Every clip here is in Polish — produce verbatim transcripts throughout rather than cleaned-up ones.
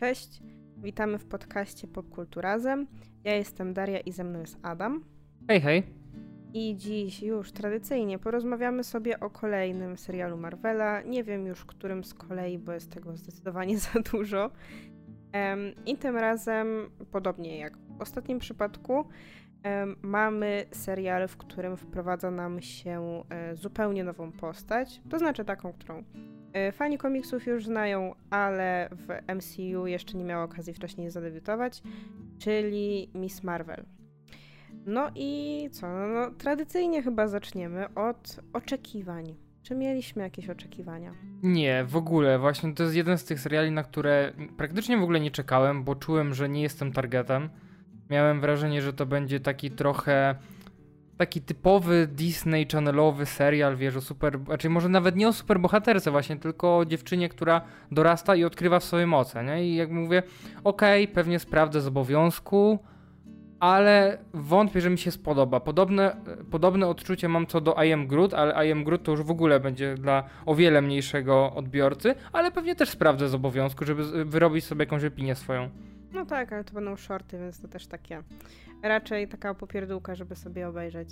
Cześć, witamy w podcaście Popkulturazem. Ja jestem Daria i ze mną jest Adam. Hej, hej. I dziś już tradycyjnie porozmawiamy sobie o kolejnym serialu Marvela. Nie wiem już którym z kolei, bo jest tego zdecydowanie za dużo. Um, I tym razem, podobnie jak w ostatnim przypadku, um, mamy serial, w którym wprowadza nam się um, zupełnie nową postać. To znaczy taką, którą fani komiksów już znają, ale w M C U jeszcze nie miała okazji wcześniej zadebiutować, czyli Miss Marvel. No i co? No, no, tradycyjnie chyba zaczniemy od oczekiwań. Czy mieliśmy jakieś oczekiwania? Nie, w ogóle. Właśnie to jest jeden z tych seriali, na które praktycznie w ogóle nie czekałem, bo czułem, że nie jestem targetem. Miałem wrażenie, że to będzie taki trochę... taki typowy Disney Channelowy serial, wiesz, o super... Znaczy może nawet nie o superbohaterce właśnie, tylko o dziewczynie, która dorasta i odkrywa w sobie moce, nie? I jak mówię, okej, okay, pewnie sprawdzę z obowiązku, ale wątpię, że mi się spodoba. Podobne, podobne odczucie mam co do I Am Groot, ale I Am Groot to już w ogóle będzie dla o wiele mniejszego odbiorcy, ale pewnie też sprawdzę z obowiązku, żeby wyrobić sobie jakąś opinię swoją. No tak, ale to będą shorty, więc to też takie... Raczej taka popierdółka, żeby sobie obejrzeć.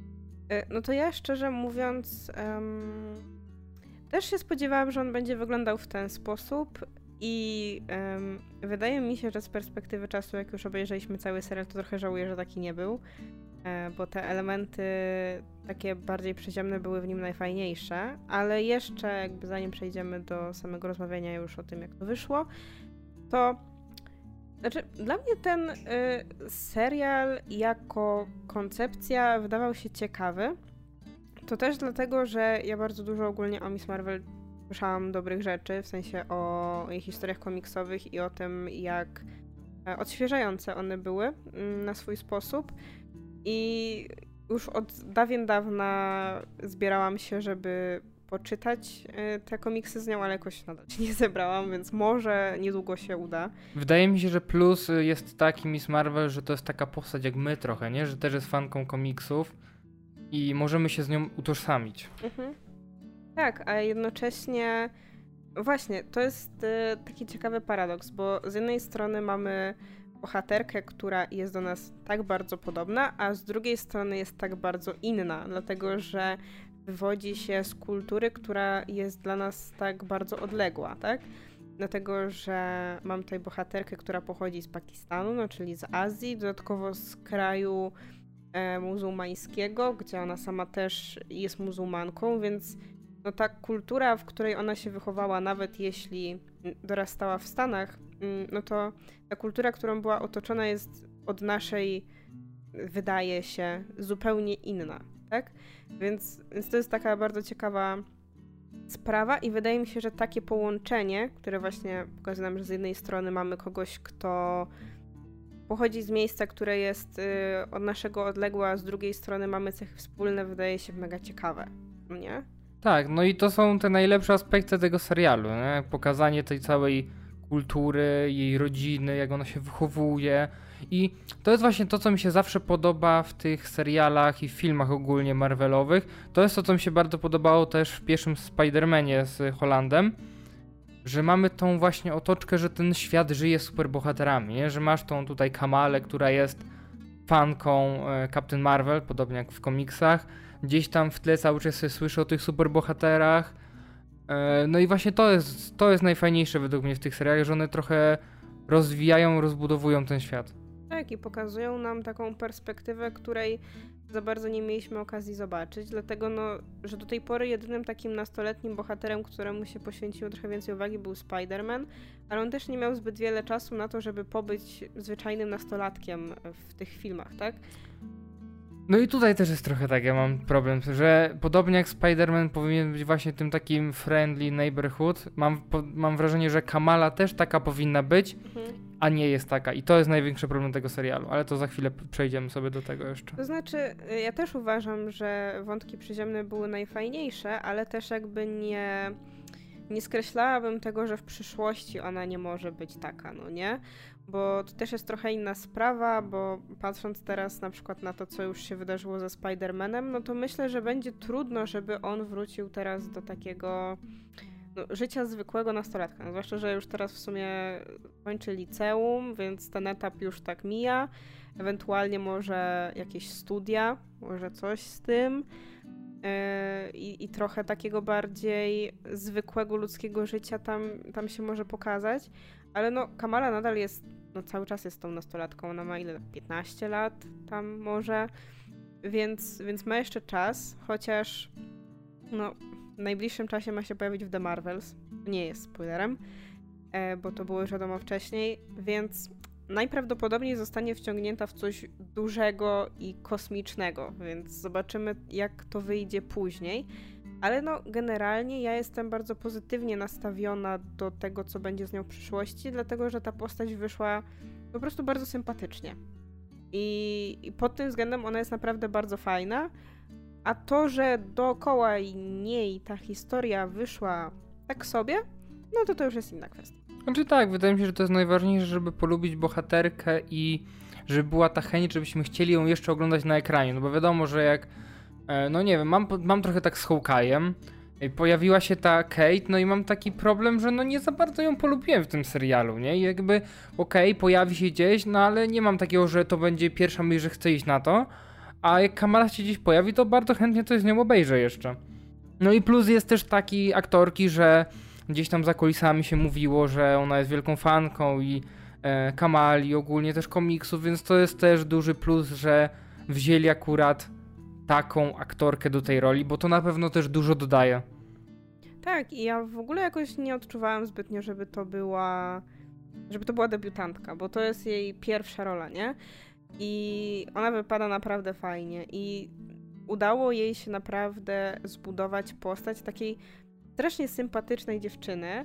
No to ja szczerze mówiąc um, też się spodziewałam, że on będzie wyglądał w ten sposób i um, wydaje mi się, że z perspektywy czasu, jak już obejrzeliśmy cały serial, to trochę żałuję, że taki nie był, e, bo te elementy takie bardziej przyziemne były w nim najfajniejsze, ale jeszcze jakby zanim przejdziemy do samego rozmawiania już o tym, jak to wyszło, to Znaczy, dla mnie ten y, serial jako koncepcja wydawał się ciekawy. To też dlatego, że ja bardzo dużo ogólnie o Miss Marvel słyszałam dobrych rzeczy, w sensie o jej historiach komiksowych i o tym, jak e, odświeżające one były mm, na swój sposób. I już od dawien dawna zbierałam się, żeby poczytać te komiksy z nią, ale jakoś nadal się nie zebrałam, więc może niedługo się uda. Wydaje mi się, że plus jest taki Miss Marvel, że to jest taka postać jak my trochę, nie? Że też jest fanką komiksów i możemy się z nią utożsamić. Mhm. Tak, a jednocześnie właśnie, to jest y, taki ciekawy paradoks, bo z jednej strony mamy bohaterkę, która jest do nas tak bardzo podobna, a z drugiej strony jest tak bardzo inna, dlatego że wywodzi się z kultury, która jest dla nas tak bardzo odległa, tak? Dlatego, że mam tutaj bohaterkę, która pochodzi z Pakistanu, no czyli z Azji, dodatkowo z kraju e, muzułmańskiego, gdzie ona sama też jest muzułmanką, więc no ta kultura, w której ona się wychowała, nawet jeśli dorastała w Stanach, no to ta kultura, którą była otoczona, jest od naszej, wydaje się, zupełnie inna, tak? Więc, więc to jest taka bardzo ciekawa sprawa i wydaje mi się, że takie połączenie, które właśnie pokazuje nam, że z jednej strony mamy kogoś, kto pochodzi z miejsca, które jest y, od naszego odległe, a z drugiej strony mamy cechy wspólne, wydaje się mega ciekawe, nie? Tak, no i to są te najlepsze aspekty tego serialu, nie? Pokazanie tej całej kultury, jej rodziny, jak ona się wychowuje. I to jest właśnie to, co mi się zawsze podoba w tych serialach i filmach ogólnie Marvelowych. To jest to, co mi się bardzo podobało też w pierwszym Spider-Manie z Hollandem, że mamy tą właśnie otoczkę, że ten świat żyje superbohaterami, nie? Że masz tą tutaj Kamalę, która jest fanką e, Captain Marvel, podobnie jak w komiksach. Gdzieś tam w tle cały czas się słyszy o tych superbohaterach. E, no i właśnie to jest, to jest najfajniejsze według mnie w tych serialach, że one trochę rozwijają, rozbudowują ten świat. Tak, i pokazują nam taką perspektywę, której za bardzo nie mieliśmy okazji zobaczyć, dlatego no, że do tej pory jedynym takim nastoletnim bohaterem, któremu się poświęciło trochę więcej uwagi, był Spider-Man, ale on też nie miał zbyt wiele czasu na to, żeby pobyć zwyczajnym nastolatkiem w tych filmach, tak? No i tutaj też jest trochę tak, ja mam problem, że podobnie jak Spider-Man powinien być właśnie tym takim friendly neighborhood, mam, po, mam wrażenie, że Kamala też taka powinna być, mhm. a nie jest taka i to jest największy problem tego serialu, ale to za chwilę przejdziemy sobie do tego jeszcze. To znaczy, ja też uważam, że wątki przyziemne były najfajniejsze, ale też jakby nie... Nie skreślałabym tego, że w przyszłości ona nie może być taka, no nie? Bo to też jest trochę inna sprawa, bo patrząc teraz na przykład na to, co już się wydarzyło ze Spider-Manem, no to myślę, że będzie trudno, żeby on wrócił teraz do takiego no, życia zwykłego nastolatka. No, zwłaszcza, że już teraz w sumie kończy liceum, więc ten etap już tak mija. Ewentualnie może jakieś studia, może coś z tym. Yy, i, I trochę takiego bardziej zwykłego ludzkiego życia tam, tam się może pokazać. Ale no, Kamala nadal jest, no cały czas jest tą nastolatką. Ona ma ile? piętnaście lat tam może. Więc, więc ma jeszcze czas, chociaż no, w najbliższym czasie ma się pojawić w The Marvels. Nie jest spoilerem, e, bo to było już wiadomo wcześniej, więc najprawdopodobniej zostanie wciągnięta w coś dużego i kosmicznego, więc zobaczymy, jak to wyjdzie później. Ale no, generalnie ja jestem bardzo pozytywnie nastawiona do tego, co będzie z nią w przyszłości, dlatego, że ta postać wyszła po prostu bardzo sympatycznie. I, I pod tym względem ona jest naprawdę bardzo fajna, a to, że dookoła niej ta historia wyszła tak sobie, no to to już jest inna kwestia. Znaczy tak, wydaje mi się, że to jest najważniejsze, żeby polubić bohaterkę i żeby była ta chęć, żebyśmy chcieli ją jeszcze oglądać na ekranie, no bo wiadomo, że jak, no nie wiem, mam, mam trochę tak z Hawkeye'em, pojawiła się ta Kate, no i mam taki problem, że no nie za bardzo ją polubiłem w tym serialu, nie? I jakby okej, okay, pojawi się gdzieś, no ale nie mam takiego, że to będzie pierwsza myśl, że chcę iść na to, a jak Kamala się gdzieś pojawi, to bardzo chętnie coś z nią obejrzę jeszcze. No i plus jest też taki aktorki, że gdzieś tam za kulisami się mówiło, że ona jest wielką fanką i e, Kamali, ogólnie też komiksów, więc to jest też duży plus, że wzięli akurat taką aktorkę do tej roli, bo to na pewno też dużo dodaje. Tak, i ja w ogóle jakoś nie odczuwałam zbytnio, żeby to była żeby to była debiutantka, bo to jest jej pierwsza rola, nie? I ona wypada naprawdę fajnie i udało jej się naprawdę zbudować postać takiej strasznie sympatycznej dziewczyny,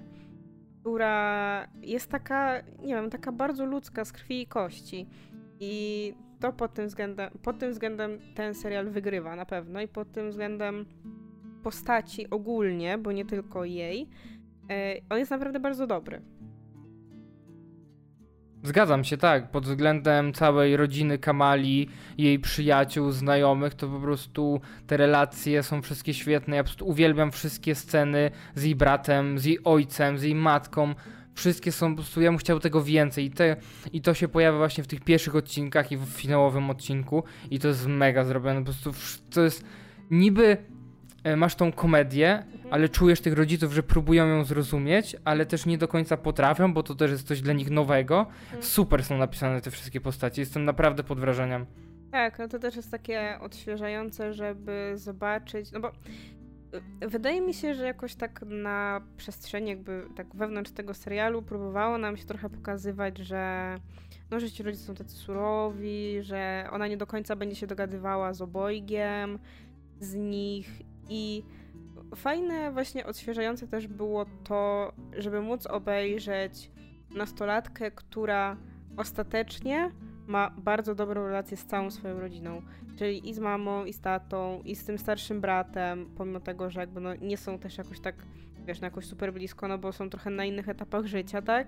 która jest taka, nie wiem, taka bardzo ludzka, z krwi i kości. I to pod tym względem, pod tym względem ten serial wygrywa na pewno i pod tym względem postaci ogólnie, bo nie tylko jej, on jest naprawdę bardzo dobry. Zgadzam się, tak. Pod względem całej rodziny Kamali, jej przyjaciół, znajomych, to po prostu te relacje są wszystkie świetne. Ja po prostu uwielbiam wszystkie sceny z jej bratem, z jej ojcem, z jej matką. Wszystkie są po prostu, ja bym chciał tego więcej. I, te, I to się pojawia właśnie w tych pierwszych odcinkach i w finałowym odcinku. I to jest mega zrobione. Po prostu to jest niby masz tą komedię, ale czujesz tych rodziców, że próbują ją zrozumieć, ale też nie do końca potrafią, bo to też jest coś dla nich nowego. Super są napisane te wszystkie postacie. Jestem naprawdę pod wrażeniem. Tak, no to też jest takie odświeżające, żeby zobaczyć, no bo wydaje mi się, że jakoś tak na przestrzeni jakby tak wewnątrz tego serialu próbowało nam się trochę pokazywać, że no, że ci rodzice są tacy surowi, że ona nie do końca będzie się dogadywała z obojgiem z nich i fajne, właśnie odświeżające też było to, żeby móc obejrzeć nastolatkę, która ostatecznie ma bardzo dobrą relację z całą swoją rodziną. Czyli i z mamą, i z tatą, i z tym starszym bratem, pomimo tego, że jakby no nie są też jakoś tak, wiesz, no jakoś super blisko, no bo są trochę na innych etapach życia, tak?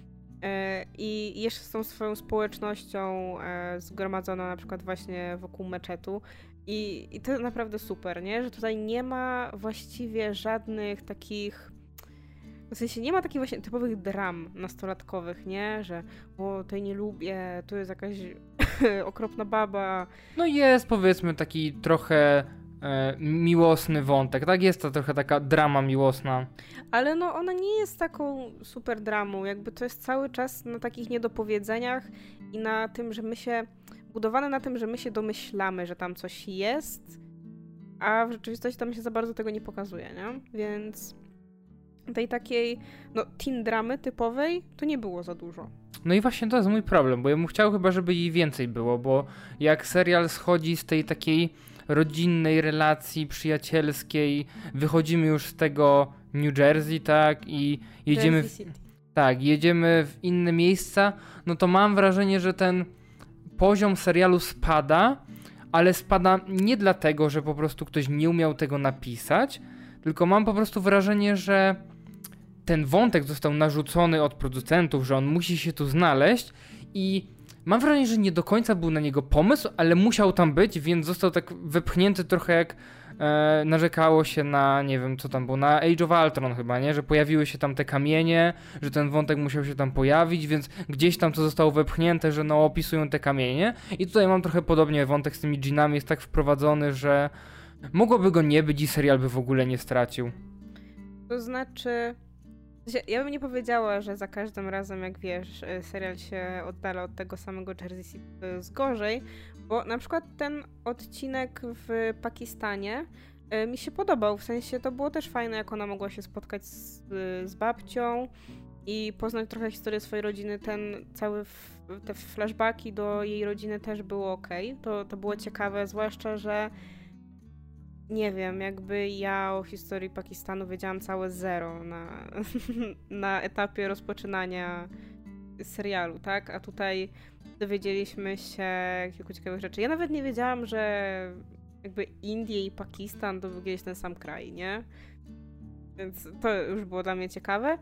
I jeszcze z tą swoją społecznością zgromadzoną na przykład właśnie wokół meczetu. I, I to jest naprawdę super, nie? Że tutaj nie ma właściwie żadnych takich... W sensie nie ma takich właśnie typowych dram nastolatkowych, nie? Że o, tej nie lubię, tu jest jakaś okropna baba. No jest powiedzmy taki trochę e, miłosny wątek, tak? Jest to trochę taka drama miłosna. Ale no ona nie jest taką super dramą, jakby to jest cały czas na takich niedopowiedzeniach i na tym, że my się... budowane na tym, że my się domyślamy, że tam coś jest, a w rzeczywistości tam się za bardzo tego nie pokazuje, nie? Więc tej takiej, no, teen dramy typowej to nie było za dużo. No i właśnie to jest mój problem, bo ja bym chciał chyba, żeby jej więcej było, bo jak serial schodzi z tej takiej rodzinnej relacji przyjacielskiej, wychodzimy już z tego New Jersey, tak, i jedziemy w, tak, jedziemy w inne miejsca, no to mam wrażenie, że ten poziom serialu spada, ale spada nie dlatego, że po prostu ktoś nie umiał tego napisać, tylko mam po prostu wrażenie, że ten wątek został narzucony od producentów, że on musi się tu znaleźć i mam wrażenie, że nie do końca był na niego pomysł, ale musiał tam być, więc został tak wepchnięty trochę jak e, narzekało się na, nie wiem co tam było, na Age of Ultron chyba, nie? Że pojawiły się tam te kamienie, że ten wątek musiał się tam pojawić, więc gdzieś tam to zostało wepchnięte, że no opisują te kamienie. I tutaj mam trochę podobnie, wątek z tymi dżinami jest tak wprowadzony, że mogłoby go nie być i serial by w ogóle nie stracił. To znaczy... Ja bym nie powiedziała, że za każdym razem, jak wiesz, serial się oddala od tego samego Jersey City, to jest gorzej, bo na przykład ten odcinek w Pakistanie mi się podobał, w sensie to było też fajne, jak ona mogła się spotkać z, z babcią i poznać trochę historię swojej rodziny, ten cały, f, te flashbacki do jej rodziny też było okej, to, to było ciekawe, zwłaszcza, że nie wiem, jakby ja o historii Pakistanu wiedziałam całe zero na, na etapie rozpoczynania serialu, tak? A tutaj dowiedzieliśmy się kilku ciekawych rzeczy. Ja nawet nie wiedziałam, że jakby Indie i Pakistan to był kiedyś ten sam kraj, nie? Więc to już było dla mnie ciekawe.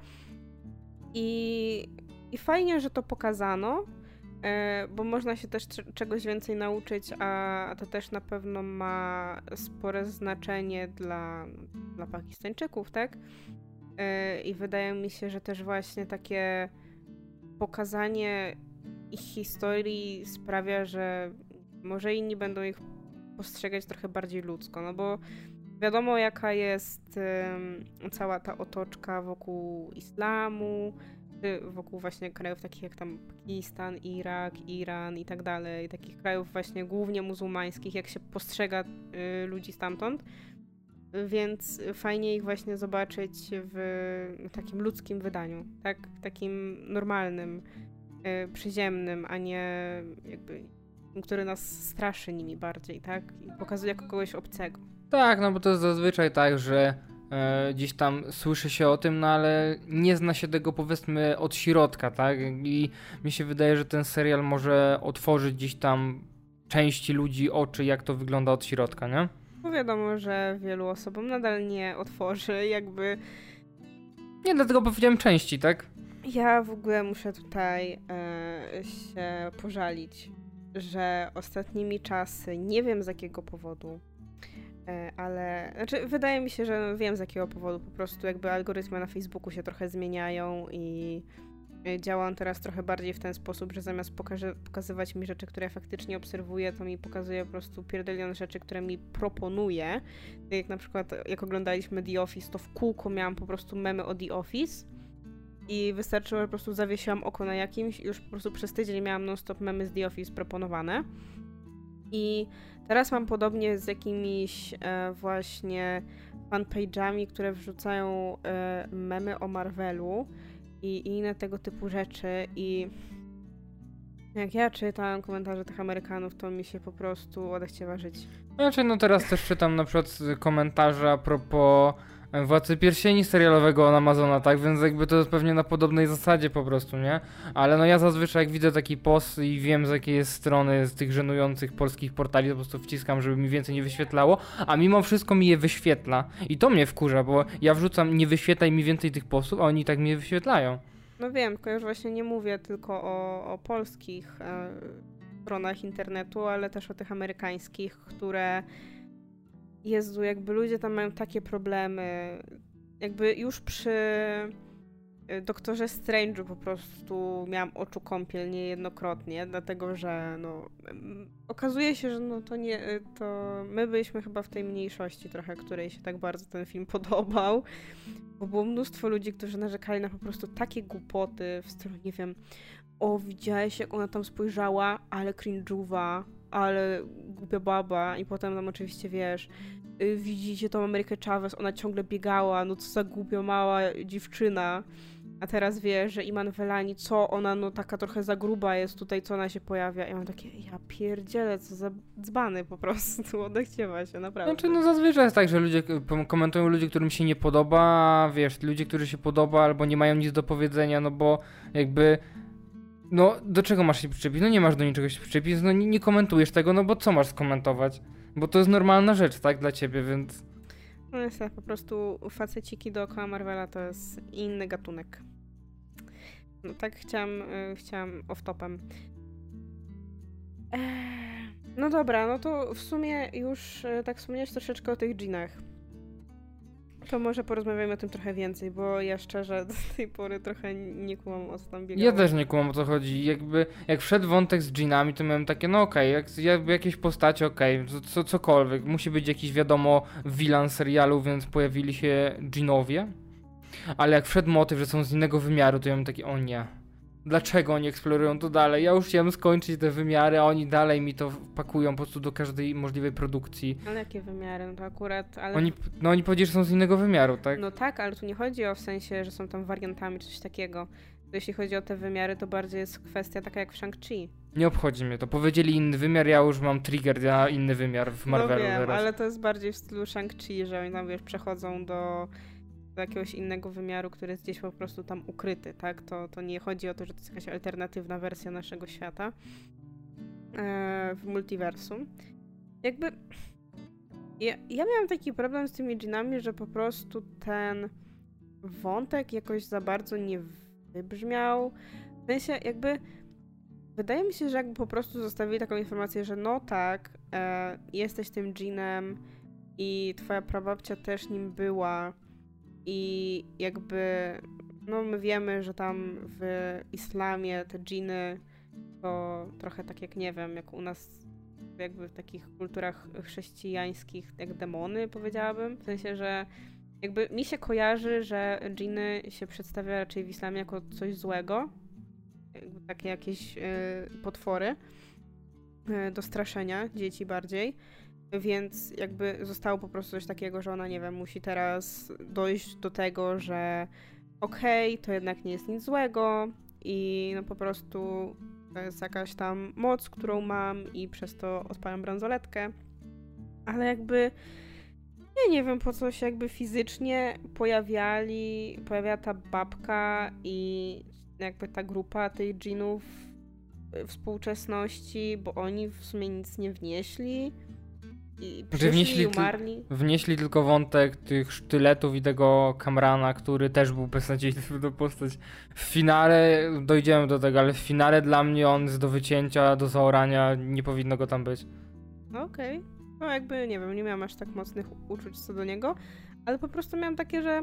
I, i fajnie, że to pokazano, bo można się też czegoś więcej nauczyć, a to też na pewno ma spore znaczenie dla, dla Pakistańczyków, tak? I wydaje mi się, że też właśnie takie pokazanie ich historii sprawia, że może inni będą ich postrzegać trochę bardziej ludzko, no bo wiadomo, jaka jest cała ta otoczka wokół islamu, wokół właśnie krajów takich jak tam Pakistan, Irak, Iran i tak dalej, takich krajów właśnie głównie muzułmańskich, jak się postrzega y, ludzi stamtąd, więc fajnie ich właśnie zobaczyć w takim ludzkim wydaniu, tak, w takim normalnym, y, przyziemnym, a nie jakby, który nas straszy nimi bardziej, tak, i pokazuje jako kogoś obcego. Tak, no bo to jest zazwyczaj tak, że E, gdzieś tam słyszy się o tym, no ale nie zna się tego powiedzmy od środka, tak? I mi się wydaje, że ten serial może otworzyć gdzieś tam części ludzi oczy, jak to wygląda od środka, nie? Bo wiadomo, że wielu osobom nadal nie otworzy, jakby... Nie, dlatego powiedziałem części, tak? Ja w ogóle muszę tutaj e, się pożalić, że ostatnimi czasy, nie wiem z jakiego powodu, ale, znaczy wydaje mi się, że wiem z jakiego powodu, po prostu jakby algorytmy na Facebooku się trochę zmieniają i działa on teraz trochę bardziej w ten sposób, że zamiast pokaże, pokazywać mi rzeczy, które ja faktycznie obserwuję, to mi pokazuje po prostu pierdylion rzeczy, które mi proponuje. Tak jak na przykład jak oglądaliśmy The Office, to w kółko miałam po prostu memy o The Office i wystarczyło, że po prostu zawiesiłam oko na jakimś i już po prostu przez tydzień miałam non-stop memy z The Office proponowane. I teraz mam podobnie z jakimiś e, właśnie fanpage'ami, które wrzucają e, memy o Marvelu i, i inne tego typu rzeczy i jak ja czytam komentarze tych Amerykanów, to mi się po prostu odechciewa żyć. Znaczy, no teraz też czytam na przykład komentarze a propos Władcy Pierścieni serialowego na Amazona, tak? Więc jakby to jest pewnie na podobnej zasadzie po prostu, nie? Ale no ja zazwyczaj jak widzę taki post i wiem z jakiej jest strony z tych żenujących polskich portali, to po prostu wciskam, żeby mi więcej nie wyświetlało, a mimo wszystko mi je wyświetla. I to mnie wkurza, bo ja wrzucam, nie wyświetlaj mi więcej tych postów, a oni tak mnie wyświetlają. No wiem, tylko już właśnie nie mówię tylko o, o polskich e, stronach internetu, ale też o tych amerykańskich, które Jezu, jakby ludzie tam mają takie problemy. Jakby już przy Doktorze Strange'u po prostu miałam oczu kąpiel niejednokrotnie, dlatego że no okazuje się, że no to nie, to my byliśmy chyba w tej mniejszości trochę, której się tak bardzo ten film podobał, bo było mnóstwo ludzi, którzy narzekali na po prostu takie głupoty w stylu, nie wiem, o widziałeś jak ona tam spojrzała, ale cringe'uwa, ale głupia baba i potem tam oczywiście wiesz, yy, widzicie tą Amerykę Chavez, ona ciągle biegała, no co za głupia mała dziewczyna, a teraz wie, że Iman Vellani, co ona no taka trochę za gruba jest tutaj, co ona się pojawia i mam takie, ja pierdzielę, co za dzbany po prostu, odechciewa się, naprawdę. Znaczy no zazwyczaj jest tak, że ludzie komentują ludzi, którym się nie podoba, a wiesz, ludzie, którzy się podoba albo nie mają nic do powiedzenia, no bo jakby no, do czego masz się przyczepić? No nie masz do niczego się przyczepić, no nie, nie komentujesz tego, no bo co masz skomentować? Bo to jest normalna rzecz, tak, dla ciebie, więc... No jest po prostu faceciki dookoła Marvela to jest inny gatunek. No tak chciałam, yy, chciałam off-topem. Eee, No dobra, no to w sumie już tak wspomniałeś troszeczkę o tych dżinach. To może porozmawiajmy o tym trochę więcej, bo ja szczerze do tej pory trochę nie kumam, o co tam biegało. Ja też nie kumam, o co chodzi. Jakby, jak wszedł wątek z dżinami, to miałem takie, no okej, okay, jak, jak, jakieś postacie, okej, okay, co, cokolwiek. Musi być jakiś, wiadomo, villain serialu, więc pojawili się dżinowie. Ale jak wszedł motyw, że są z innego wymiaru, to ja miałem takie, o nie. Dlaczego oni eksplorują to dalej? Ja już chciałem skończyć te wymiary, a oni dalej mi to pakują po prostu do każdej możliwej produkcji. Ale jakie wymiary? No to akurat... Ale... Oni, no oni powiedzieli, że są z innego wymiaru, tak? No tak, ale tu nie chodzi o w sensie, że są tam wariantami czy coś takiego. To jeśli chodzi o te wymiary, to bardziej jest kwestia taka jak w Shang-Chi. Nie obchodzi mnie to. Powiedzieli inny wymiar, ja już mam trigger na inny wymiar w Marvelu no wiem, teraz. Ale to jest bardziej w stylu Shang-Chi, że oni tam, wiesz, przechodzą do... do jakiegoś innego wymiaru, który jest gdzieś po prostu tam ukryty, tak? To, to nie chodzi o to, że to jest jakaś alternatywna wersja naszego świata e, w multiversum. Jakby ja, ja miałam taki problem z tymi dżinami, że po prostu ten wątek jakoś za bardzo nie wybrzmiał. W sensie jakby wydaje mi się, że jakby po prostu zostawili taką informację, że no tak, e, jesteś tym dżinem i twoja prababcia też nim była. I jakby, no my wiemy, że tam w islamie te dżiny to trochę tak jak, nie wiem, jak u nas jakby w takich kulturach chrześcijańskich, jak demony, powiedziałabym. W sensie, że jakby mi się kojarzy, że dżiny się przedstawia raczej w islamie jako coś złego. Jakby takie jakieś y, potwory y, do straszenia dzieci bardziej. Więc jakby zostało po prostu coś takiego, że ona, nie wiem, musi teraz dojść do tego, że okej, okay, to jednak nie jest nic złego i no po prostu to jest jakaś tam moc, którą mam i przez to odpalam bransoletkę. Ale jakby ja nie wiem, po co się jakby fizycznie pojawiali, pojawiała ta babka i jakby ta grupa tych dżinów współczesności, bo oni w sumie nic nie wnieśli. I że wnieśli, i umarli. wnieśli tylko wątek tych sztyletów i tego Kamrana, który też był beznadziejny do postać. W finale dojdziemy do tego, ale w finale dla mnie on jest do wycięcia, do zaorania, nie powinno go tam być. Okej. Okay. No jakby, nie wiem, nie miałam aż tak mocnych uczuć co do niego, ale po prostu miałam takie, że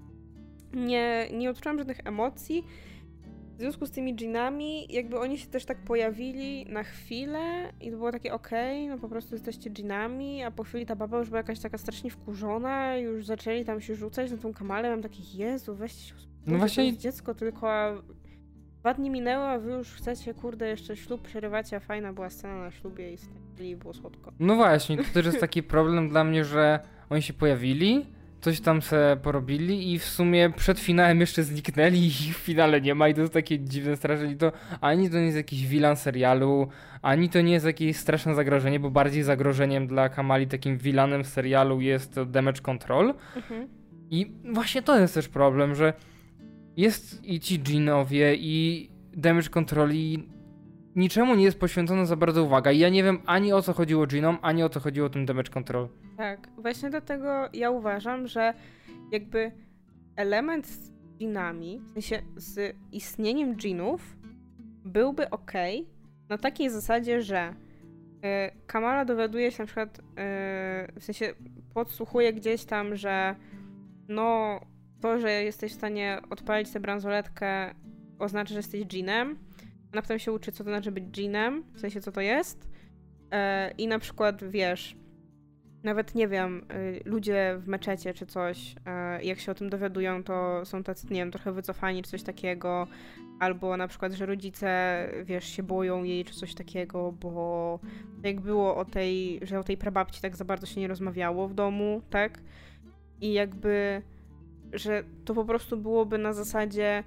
nie, nie odczułam żadnych emocji. W związku z tymi dżinami, jakby oni się też tak pojawili na chwilę i to było takie okej, okay, no po prostu jesteście dżinami, a po chwili ta baba już była jakaś taka strasznie wkurzona, już zaczęli tam się rzucać na tą kamalę, mam taki, Jezu, weźcie się uspokójcie, no właśnie... to jest dziecko tylko, a dwa dni minęło, a wy już chcecie, kurde, jeszcze ślub przerywacie, a fajna była scena na ślubie i, i było słodko. No właśnie, to też jest taki problem dla mnie, że oni się pojawili, coś tam se porobili i w sumie przed finałem jeszcze zniknęli i ich w finale nie ma i to jest takie dziwne straszenie. To ani to nie jest jakiś villain serialu, ani to nie jest jakieś straszne zagrożenie, bo bardziej zagrożeniem dla Kamali, takim villainem w serialu jest Damage Control. Mhm. I właśnie to jest też problem, że jest i ci dżinowie i Damage Control i niczemu nie jest poświęcona za bardzo uwaga i ja nie wiem ani o co chodziło dżinom, ani o co chodziło tym Damage Control. Tak, właśnie dlatego ja uważam, że jakby element z dżinami, w sensie z istnieniem dżinów byłby okej na takiej zasadzie, że yy, Kamala dowiaduje się na przykład, yy, w sensie podsłuchuje gdzieś tam, że no to, że jesteś w stanie odpalić tę bransoletkę oznacza, że jesteś dżinem. Ona potem się uczy, co to znaczy być dżinem, w sensie co to jest. Yy, I na przykład, wiesz, nawet nie wiem, ludzie w meczecie czy coś, jak się o tym dowiadują, to są tacy, nie wiem, trochę wycofani czy coś takiego, albo na przykład, że rodzice, wiesz, się boją jej czy coś takiego, bo jak było o tej, że o tej prababci tak za bardzo się nie rozmawiało w domu, tak? I jakby, że to po prostu byłoby na zasadzie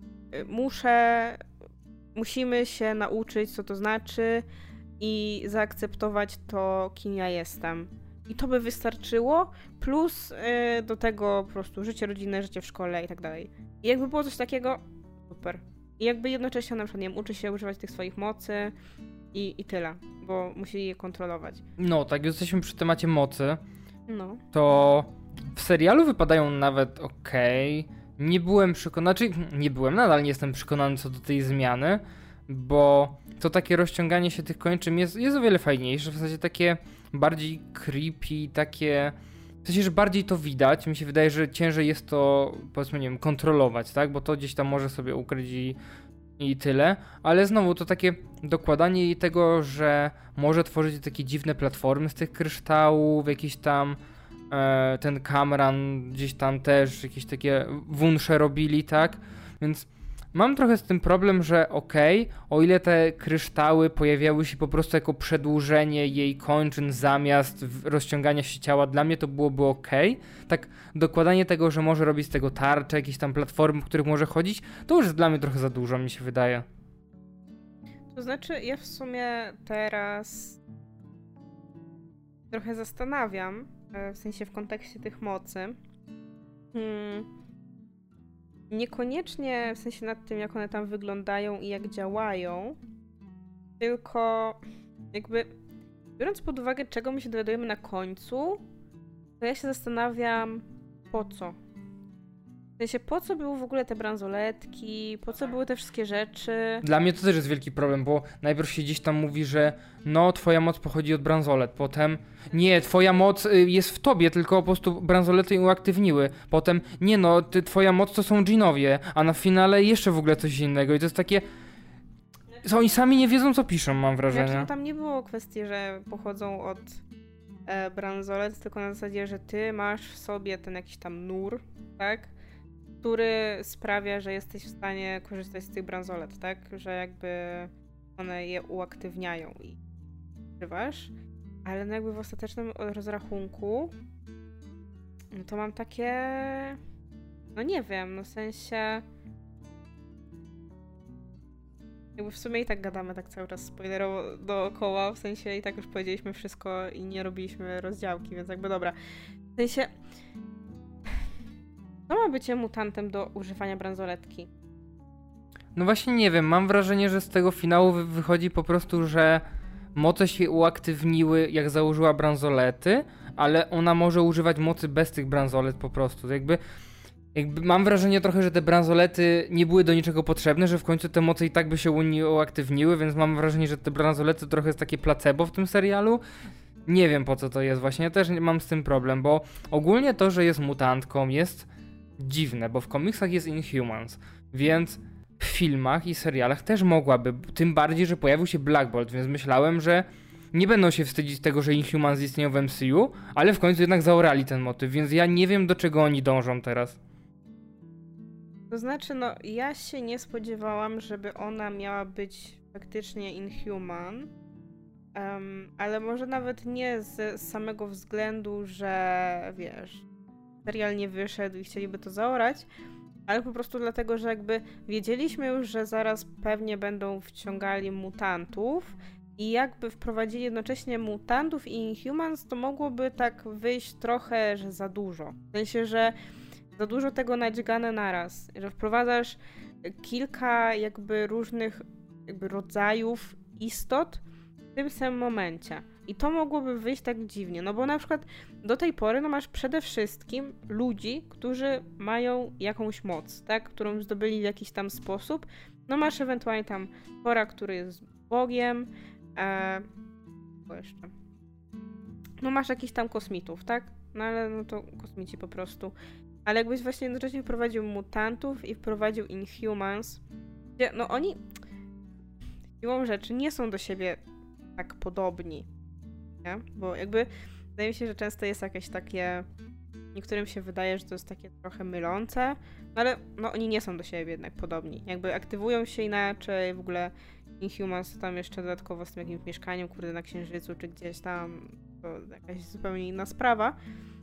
muszę, musimy się nauczyć, co to znaczy i zaakceptować to, kim ja jestem. I to by wystarczyło, plus yy, do tego po prostu życie rodzinne, życie w szkole i tak dalej. I jakby było coś takiego, super. I jakby jednocześnie na przykład, nie wiem, uczy się używać tych swoich mocy i, i tyle, bo musi je kontrolować. No, tak, jesteśmy przy temacie mocy. No. To w serialu wypadają nawet okej. Okay. Nie byłem przekonany, znaczy nie byłem, nadal nie jestem przekonany co do tej zmiany, bo to takie rozciąganie się tych kończyn jest, jest o wiele fajniejsze, w sensie takie bardziej creepy, takie... W sensie, że bardziej to widać, mi się wydaje, że ciężej jest to, powiedzmy, nie wiem, kontrolować, tak, bo to gdzieś tam może sobie ukryć i, i tyle, ale znowu to takie dokładanie jej tego, że może tworzyć takie dziwne platformy z tych kryształów, jakiś tam e, ten Kamran gdzieś tam też jakieś takie wunsze robili, tak, więc mam trochę z tym problem, że okej, okay, o ile te kryształy pojawiały się po prostu jako przedłużenie jej kończyn zamiast rozciągania się ciała, dla mnie to byłoby okej. Okay. Tak dokładanie tego, że może robić z tego tarcze, jakieś tam platformy, w których może chodzić, to już jest dla mnie trochę za dużo, mi się wydaje. To znaczy, ja w sumie teraz trochę zastanawiam, w sensie w kontekście tych mocy. Hmm. Niekoniecznie w sensie nad tym, jak one tam wyglądają i jak działają, tylko jakby biorąc pod uwagę, czego my się dowiadujemy na końcu, to ja się zastanawiam, po co. W sensie, po co były w ogóle te bransoletki, po co były te wszystkie rzeczy. Dla mnie to też jest wielki problem, bo najpierw się gdzieś tam mówi, że no, twoja moc pochodzi od bransolet, potem nie, twoja moc jest w tobie, tylko po prostu bransolety ją uaktywniły, potem nie no, ty, twoja moc to są dżinowie, a na finale jeszcze w ogóle coś innego i to jest takie... Oni sami nie wiedzą, co piszą, mam wrażenie. Znaczy, no, tam nie było kwestii, że pochodzą od e, bransolet, tylko na zasadzie, że ty masz w sobie ten jakiś tam nur, tak? Który sprawia, że jesteś w stanie korzystać z tych bransolet, tak? Że jakby one je uaktywniają i używasz. Ale no jakby w ostatecznym rozrachunku no to mam takie... No nie wiem, no w sensie... Jakby w sumie i tak gadamy tak cały czas spoilerowo dookoła, w sensie i tak już powiedzieliśmy wszystko i nie robiliśmy rozdziałki, więc jakby dobra. W sensie... Co ma bycie mutantem do używania bransoletki? No właśnie nie wiem, mam wrażenie, że z tego finału wy- wychodzi po prostu, że moce się uaktywniły jak założyła bransolety, ale ona może używać mocy bez tych bransolet po prostu. Jakby, jakby mam wrażenie trochę, że te bransolety nie były do niczego potrzebne, że w końcu te moce i tak by się u niej uaktywniły, więc mam wrażenie, że te bransolety trochę jest takie placebo w tym serialu. Nie wiem po co to jest właśnie, ja też mam z tym problem, bo ogólnie to, że jest mutantką jest dziwne, bo w komiksach jest Inhumans, więc w filmach i serialach też mogłaby, tym bardziej, że pojawił się Black Bolt, więc myślałem, że nie będą się wstydzić tego, że Inhumans istnieją w M C U, ale w końcu jednak zaorali ten motyw, więc ja nie wiem, do czego oni dążą teraz. To znaczy, no ja się nie spodziewałam, żeby ona miała być faktycznie Inhuman, um, ale może nawet nie z samego względu, że wiesz, serial nie wyszedł i chcieliby to zaorać, ale po prostu dlatego, że jakby wiedzieliśmy już, że zaraz pewnie będą wciągali mutantów i jakby wprowadzili jednocześnie mutantów i Inhumans, to mogłoby tak wyjść trochę, że za dużo. W sensie, że za dużo tego nadźgane naraz, że wprowadzasz kilka jakby różnych jakby rodzajów istot w tym samym momencie. I to mogłoby wyjść tak dziwnie, no bo na przykład do tej pory no masz przede wszystkim ludzi, którzy mają jakąś moc, tak, którą zdobyli w jakiś tam sposób. No masz ewentualnie tam Thora, który jest Bogiem, e... co jeszcze? No masz jakichś tam kosmitów, tak? No ale no to kosmici po prostu. Ale jakbyś właśnie jednocześnie wprowadził mutantów i wprowadził Inhumans, gdzie no oni siłą rzeczy nie są do siebie tak podobni, nie? Bo jakby wydaje mi się, że często jest jakieś takie, niektórym się wydaje, że to jest takie trochę mylące, no ale no oni nie są do siebie jednak podobni. Jakby aktywują się inaczej, w ogóle Inhumans tam jeszcze dodatkowo z tym jakimś mieszkaniem, kurde, na Księżycu czy gdzieś tam, to jakaś zupełnie inna sprawa.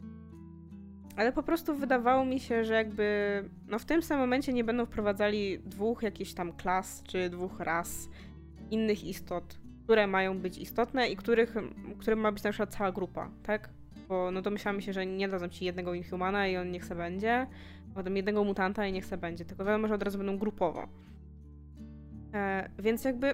Ale po prostu wydawało mi się, że jakby no w tym samym momencie nie będą wprowadzali dwóch jakichś tam klas czy dwóch ras innych istot, które mają być istotne i których, którym ma być na przykład cała grupa, tak? Bo no domyślamy się, że nie dadzą ci jednego Inhumana i on niech se będzie, a potem jednego mutanta i niech se będzie, tylko wiadomo, że od razu będą grupowo. E, więc jakby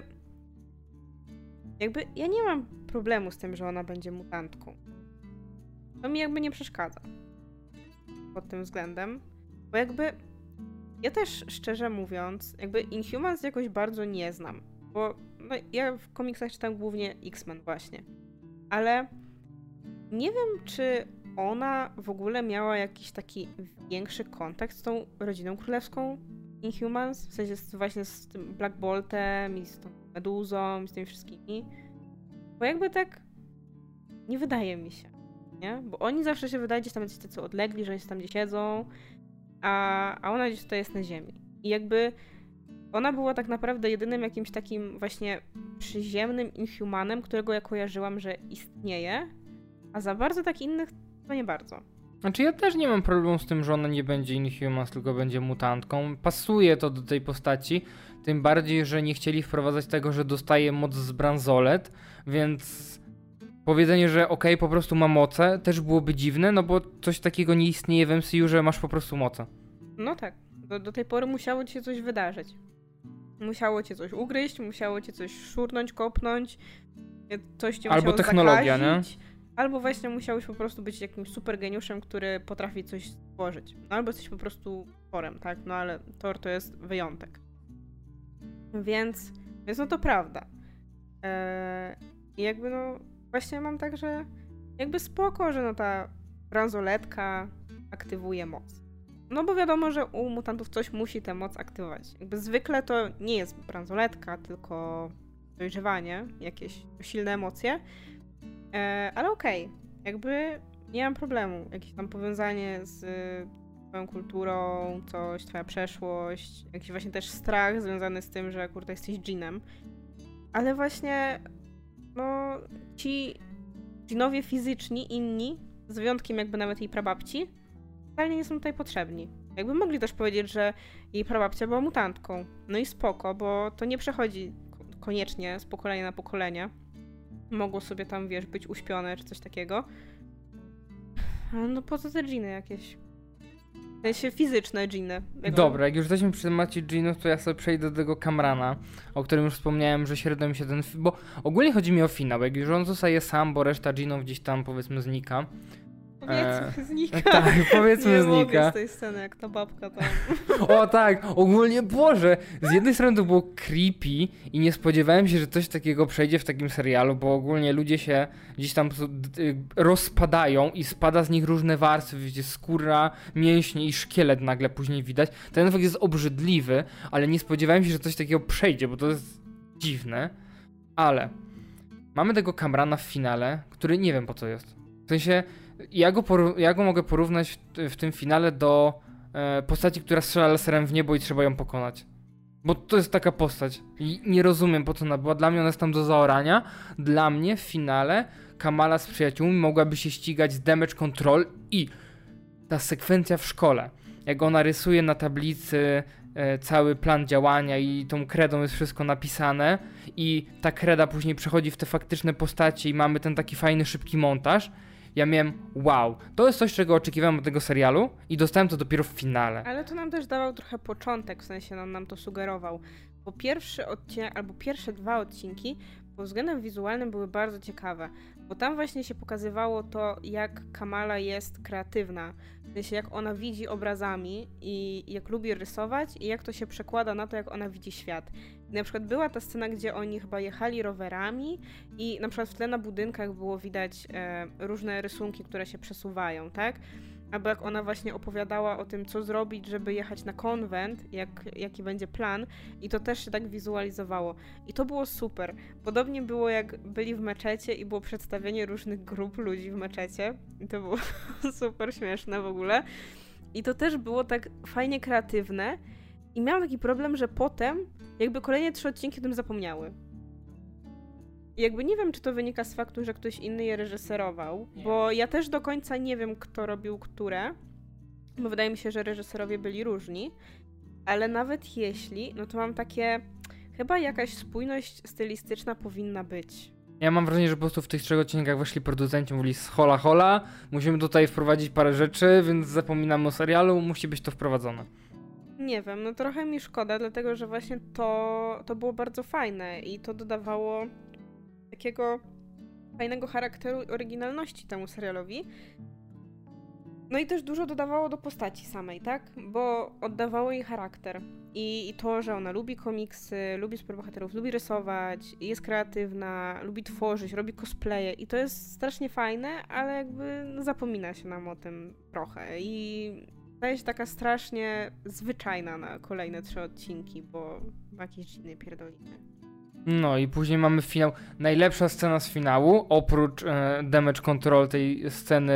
jakby ja nie mam problemu z tym, że ona będzie mutantką. To mi jakby nie przeszkadza pod tym względem, bo jakby ja też szczerze mówiąc, jakby Inhumans jakoś bardzo nie znam. bo no, ja w komiksach czytam głównie X-Men właśnie, ale nie wiem, czy ona w ogóle miała jakiś taki większy kontakt z tą rodziną królewską Inhumans, w sensie z, właśnie z tym Black Boltem i z tą Meduzą i z tymi wszystkimi, bo jakby tak nie wydaje mi się, nie? Bo oni zawsze się wydaje gdzieś tam jacyś tacy odlegli, że oni się tam gdzieś siedzą, a, a ona gdzieś tutaj jest na ziemi. I jakby ona była tak naprawdę jedynym jakimś takim właśnie przyziemnym Inhumanem, którego ja kojarzyłam, że istnieje, a za bardzo tak innych to nie bardzo. Znaczy ja też nie mam problemu z tym, że ona nie będzie Inhumans, tylko będzie mutantką. Pasuje to do tej postaci, tym bardziej, że nie chcieli wprowadzać tego, że dostaje moc z bransolet, więc powiedzenie, że okej, okay, po prostu ma moce, też byłoby dziwne, no bo coś takiego nie istnieje w M C U, że masz po prostu moce. No tak, do, do tej pory musiało ci się coś wydarzyć. Musiało cię coś ugryźć, musiało cię coś szurnąć, kopnąć, coś cię albo musiało technologia, zakazić, nie? Albo właśnie musiałeś po prostu być jakimś super geniuszem, który potrafi coś stworzyć. No albo jesteś po prostu Thorem, tak? No ale Thor to jest wyjątek. Więc, więc no to prawda. Eee, I jakby no właśnie mam tak, że jakby spoko, że no ta bransoletka aktywuje moc. No bo wiadomo, że u mutantów coś musi tę moc aktywować. Jakby zwykle to nie jest bransoletka, tylko dojrzewanie, jakieś silne emocje. E, ale okej, okay. Jakby nie mam problemu. Jakieś tam powiązanie z twoją kulturą, coś, twoja przeszłość, jakiś właśnie też strach związany z tym, że kurde jesteś dżinem. Ale właśnie no ci dżinowie fizyczni, inni, z wyjątkiem jakby nawet jej prababci, wcale nie są tutaj potrzebni. Jakby mogli też powiedzieć, że jej prababcia była mutantką. No i spoko, bo to nie przechodzi koniecznie z pokolenia na pokolenie. Mogło sobie tam, wiesz, być uśpione czy coś takiego. No po co te dżiny jakieś? W sensie fizyczne dżiny. Jakby... Dobra, jak już jesteśmy przy temacie dżinów, to ja sobie przejdę do tego Kamrana, o którym już wspomniałem, że średnio mi się ten... Bo ogólnie chodzi mi o finał, jak już on zostaje sam, bo reszta dżinów gdzieś tam, powiedzmy, znika. Powiedzmy, e... znika. Tak, powiedzmy, nie znika. Nie mogę z tej sceny, jak ta babka tam. O tak, ogólnie, Boże, z jednej strony to było creepy i nie spodziewałem się, że coś takiego przejdzie w takim serialu, bo ogólnie ludzie się gdzieś tam rozpadają i spada z nich różne warstwy, wiecie, skóra, mięśnie i szkielet nagle później widać. Ten efekt jest obrzydliwy, ale nie spodziewałem się, że coś takiego przejdzie, bo to jest dziwne. Ale mamy tego Kamrana w finale, który nie wiem po co jest. W sensie, ja go, poró- ja go mogę porównać w, w tym finale do e, postaci, która strzela laserem w niebo i trzeba ją pokonać. Bo to jest taka postać. I nie rozumiem, po co ona była. Dla mnie ona jest tam do zaorania. Dla mnie w finale Kamala z przyjaciółmi mogłaby się ścigać z Damage Control i ta sekwencja w szkole, jak ona rysuje na tablicy e, cały plan działania i tą kredą jest wszystko napisane i ta kreda później przechodzi w te faktyczne postacie i mamy ten taki fajny, szybki montaż. Ja miałem, wow, to jest coś, czego oczekiwałem od tego serialu i dostałem to dopiero w finale. Ale to nam też dawał trochę początek, w sensie on nam to sugerował. Bo pierwszy odcinek, albo pierwsze dwa odcinki pod względem wizualnym były bardzo ciekawe. Bo tam właśnie się pokazywało to, jak Kamala jest kreatywna. W sensie, jak ona widzi obrazami i jak lubi rysować i jak to się przekłada na to, jak ona widzi świat. I na przykład była ta scena, gdzie oni chyba jechali rowerami i na przykład w tle na budynkach było widać e, różne rysunki, które się przesuwają, tak? Albo jak ona właśnie opowiadała o tym, co zrobić, żeby jechać na konwent, jak, jaki będzie plan i to też się tak wizualizowało. I to było super. Podobnie było jak byli w meczecie i było przedstawienie różnych grup ludzi w meczecie. I to było super śmieszne w ogóle. I to też było tak fajnie kreatywne i miałam taki problem, że potem jakby kolejne trzy odcinki o tym zapomniały. I jakby nie wiem, czy to wynika z faktu, że ktoś inny je reżyserował, nie. Bo ja też do końca nie wiem, kto robił które, bo wydaje mi się, że reżyserowie byli różni, ale nawet jeśli, no to mam takie, chyba jakaś spójność stylistyczna powinna być. Ja mam wrażenie, że po prostu w tych trzech odcinkach weszli producenci, mówili z hola hola, musimy tutaj wprowadzić parę rzeczy, więc zapominamy o serialu, musi być to wprowadzone. Nie wiem, no trochę mi szkoda, dlatego że właśnie to, to było bardzo fajne i to dodawało takiego fajnego charakteru i oryginalności temu serialowi. No i też dużo dodawało do postaci samej, tak? Bo oddawało jej charakter. I, I to, że ona lubi komiksy, lubi superbohaterów, lubi rysować, jest kreatywna, lubi tworzyć, robi cosplaye i to jest strasznie fajne, ale jakby no, zapomina się nam o tym trochę i staje się taka strasznie zwyczajna na kolejne trzy odcinki, bo ma jakieś dziwne pierdoliny. No i później mamy finał. Najlepsza scena z finału, oprócz e, damage control tej sceny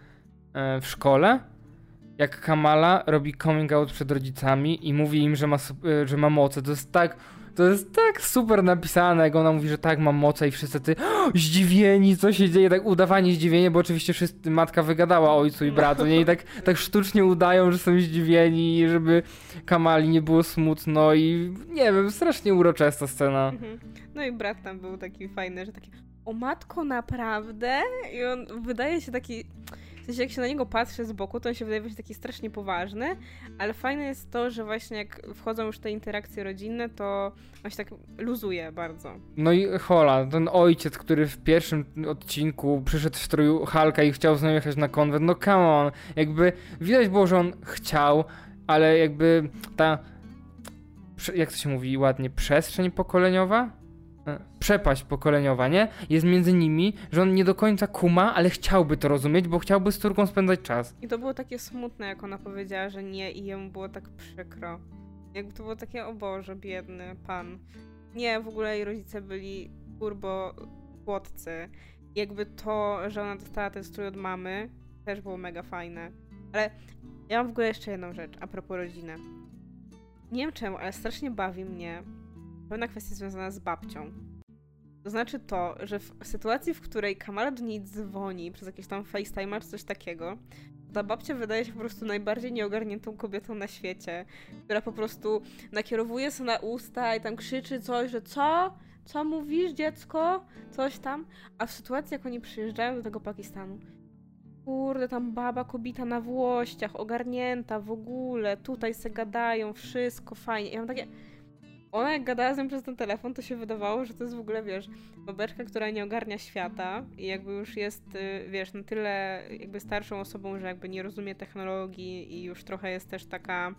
e, w szkole, jak Kamala robi coming out przed rodzicami i mówi im, że ma, e, że ma moce. To jest tak, to jest tak super napisane, jak ona mówi, że tak, mam moce i wszyscy ty oh, zdziwieni, co się dzieje, tak udawanie zdziwienia, bo oczywiście wszyscy, matka wygadała ojcu i bratu, nie? I tak, tak sztucznie udają, że są zdziwieni, żeby Kamali nie było smutno i nie wiem, strasznie uroczysta scena. Mhm. No i brat tam był taki fajny, że taki o matko, naprawdę? I on wydaje się taki... W sensie jak się na niego patrzy z boku, to on się wydaje być taki strasznie poważny, ale fajne jest to, że właśnie jak wchodzą już te interakcje rodzinne, to on się tak luzuje bardzo. No i Hola, ten ojciec, który w pierwszym odcinku przyszedł w stroju Hulka i chciał z nią jechać na konwent, no come on, jakby widać było, że on chciał, ale jakby ta, jak to się mówi ładnie, przestrzeń pokoleniowa? Przepaść pokoleniowa, nie? Jest między nimi, że on nie do końca kuma, ale chciałby to rozumieć, bo chciałby z córką spędzać czas. I to było takie smutne, jak ona powiedziała, że nie i jemu było tak przykro. Jakby to było takie, o Boże, biedny pan. Nie, w ogóle jej rodzice byli turbo słodcy. Jakby to, że ona dostała ten strój od mamy, też było mega fajne. Ale ja mam w ogóle jeszcze jedną rzecz, a propos rodziny. Nie wiem czemu, ale strasznie bawi mnie pewna kwestia związana z babcią. To znaczy to, że w sytuacji, w której Kamala do niej dzwoni przez jakieś tam FaceTime'a czy coś takiego, ta babcia wydaje się po prostu najbardziej nieogarniętą kobietą na świecie, która po prostu nakierowuje sobie na usta i tam krzyczy coś, że co? Co mówisz, dziecko? Coś tam. A w sytuacji, jak oni przyjeżdżają do tego Pakistanu, kurde, tam baba, kobieta na włościach, ogarnięta w ogóle, tutaj se gadają, wszystko fajnie. Ja mam takie... Ona jak gadała z nią przez ten telefon, to się wydawało, że to jest w ogóle, wiesz, babeczka, która nie ogarnia świata i jakby już jest, wiesz, na tyle jakby starszą osobą, że jakby nie rozumie technologii i już trochę jest też taka,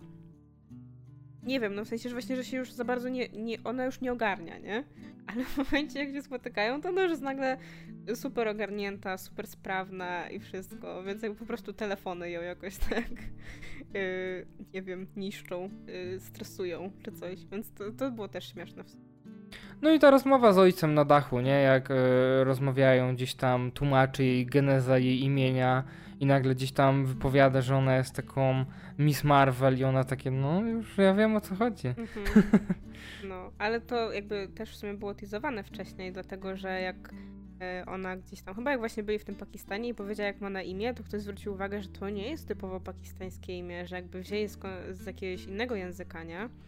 nie wiem, no w sensie, że właśnie, że się już za bardzo nie, nie ona już nie ogarnia, nie? Ale w momencie, jak się spotykają, to ona już jest nagle super ogarnięta, super sprawna i wszystko, więc jakby po prostu telefony ją jakoś tak, yy, nie wiem, niszczą, yy, stresują czy coś, więc to, to było też śmieszne. No i ta rozmowa z ojcem na dachu, nie? Jak yy, rozmawiają gdzieś tam, tłumaczy jej geneza jej imienia i nagle gdzieś tam wypowiada, że ona jest taką Miss Marvel i ona takie, no już ja wiem o co chodzi. Mhm. No, ale to jakby też w sumie było teasowane wcześniej, dlatego że jak ona gdzieś tam, chyba jak właśnie byli w tym Pakistanie i powiedziała jak ma na imię, to ktoś zwrócił uwagę, że to nie jest typowo pakistańskie imię, że jakby wzięli z, z jakiegoś innego języka, nie? E,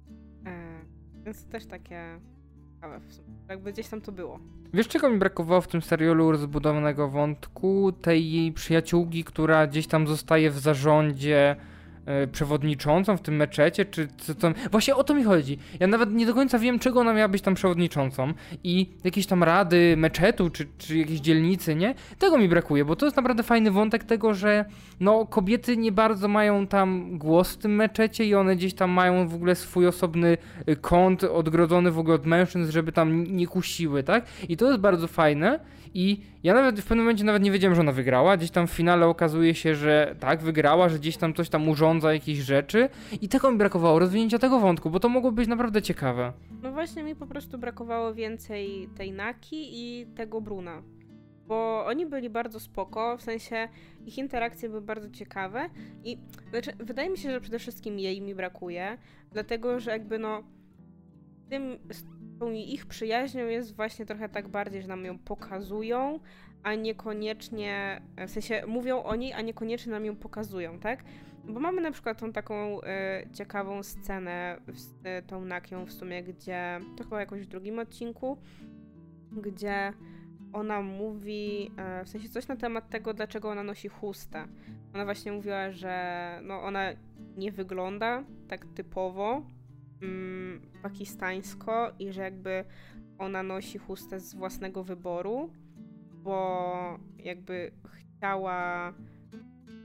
więc to też takie ciekawe w sumie, jakby gdzieś tam to było. Wiesz, czego mi brakowało w tym serialu rozbudowanego wątku? Tej jej przyjaciółki, która gdzieś tam zostaje w zarządzie e, przewodniczącą w tym meczecie, czy co tam... Właśnie o to mi chodzi. Ja nawet nie do końca wiem, czego ona miała być tam przewodniczącą i jakieś tam rady meczetu, czy, czy jakieś dzielnicy, nie? Tego mi brakuje, bo to jest naprawdę fajny wątek tego, że no kobiety nie bardzo mają tam głos w tym meczecie i one gdzieś tam mają w ogóle swój osobny kąt odgrodzony w ogóle od mężczyzn, żeby tam nie kusiły, tak? I to jest bardzo fajne i ja nawet w pewnym momencie nawet nie wiedziałem, że ona wygrała. Gdzieś tam w finale okazuje się, że tak, wygrała, że gdzieś tam coś tam urządza jakieś rzeczy i tego mi brakowało, rozwinięcia tego wątku, bo to mogło być naprawdę ciekawe. No właśnie mi po prostu brakowało więcej tej Naki i tego Bruna. Bo oni byli bardzo spoko, w sensie ich interakcje były bardzo ciekawe i znaczy, wydaje mi się, że przede wszystkim jej mi brakuje, dlatego, że jakby no tym, z tą ich przyjaźnią jest właśnie trochę tak bardziej, że nam ją pokazują, a niekoniecznie, w sensie mówią o niej, a niekoniecznie nam ją pokazują, tak? Bo mamy na przykład tą taką y, ciekawą scenę z y, tą Nakią w sumie, gdzie, to chyba jakoś w drugim odcinku, gdzie ona mówi, w sensie coś na temat tego, dlaczego ona nosi chustę. Ona właśnie mówiła, że no ona nie wygląda tak typowo mm, pakistańsko i że jakby ona nosi chustę z własnego wyboru, bo jakby chciała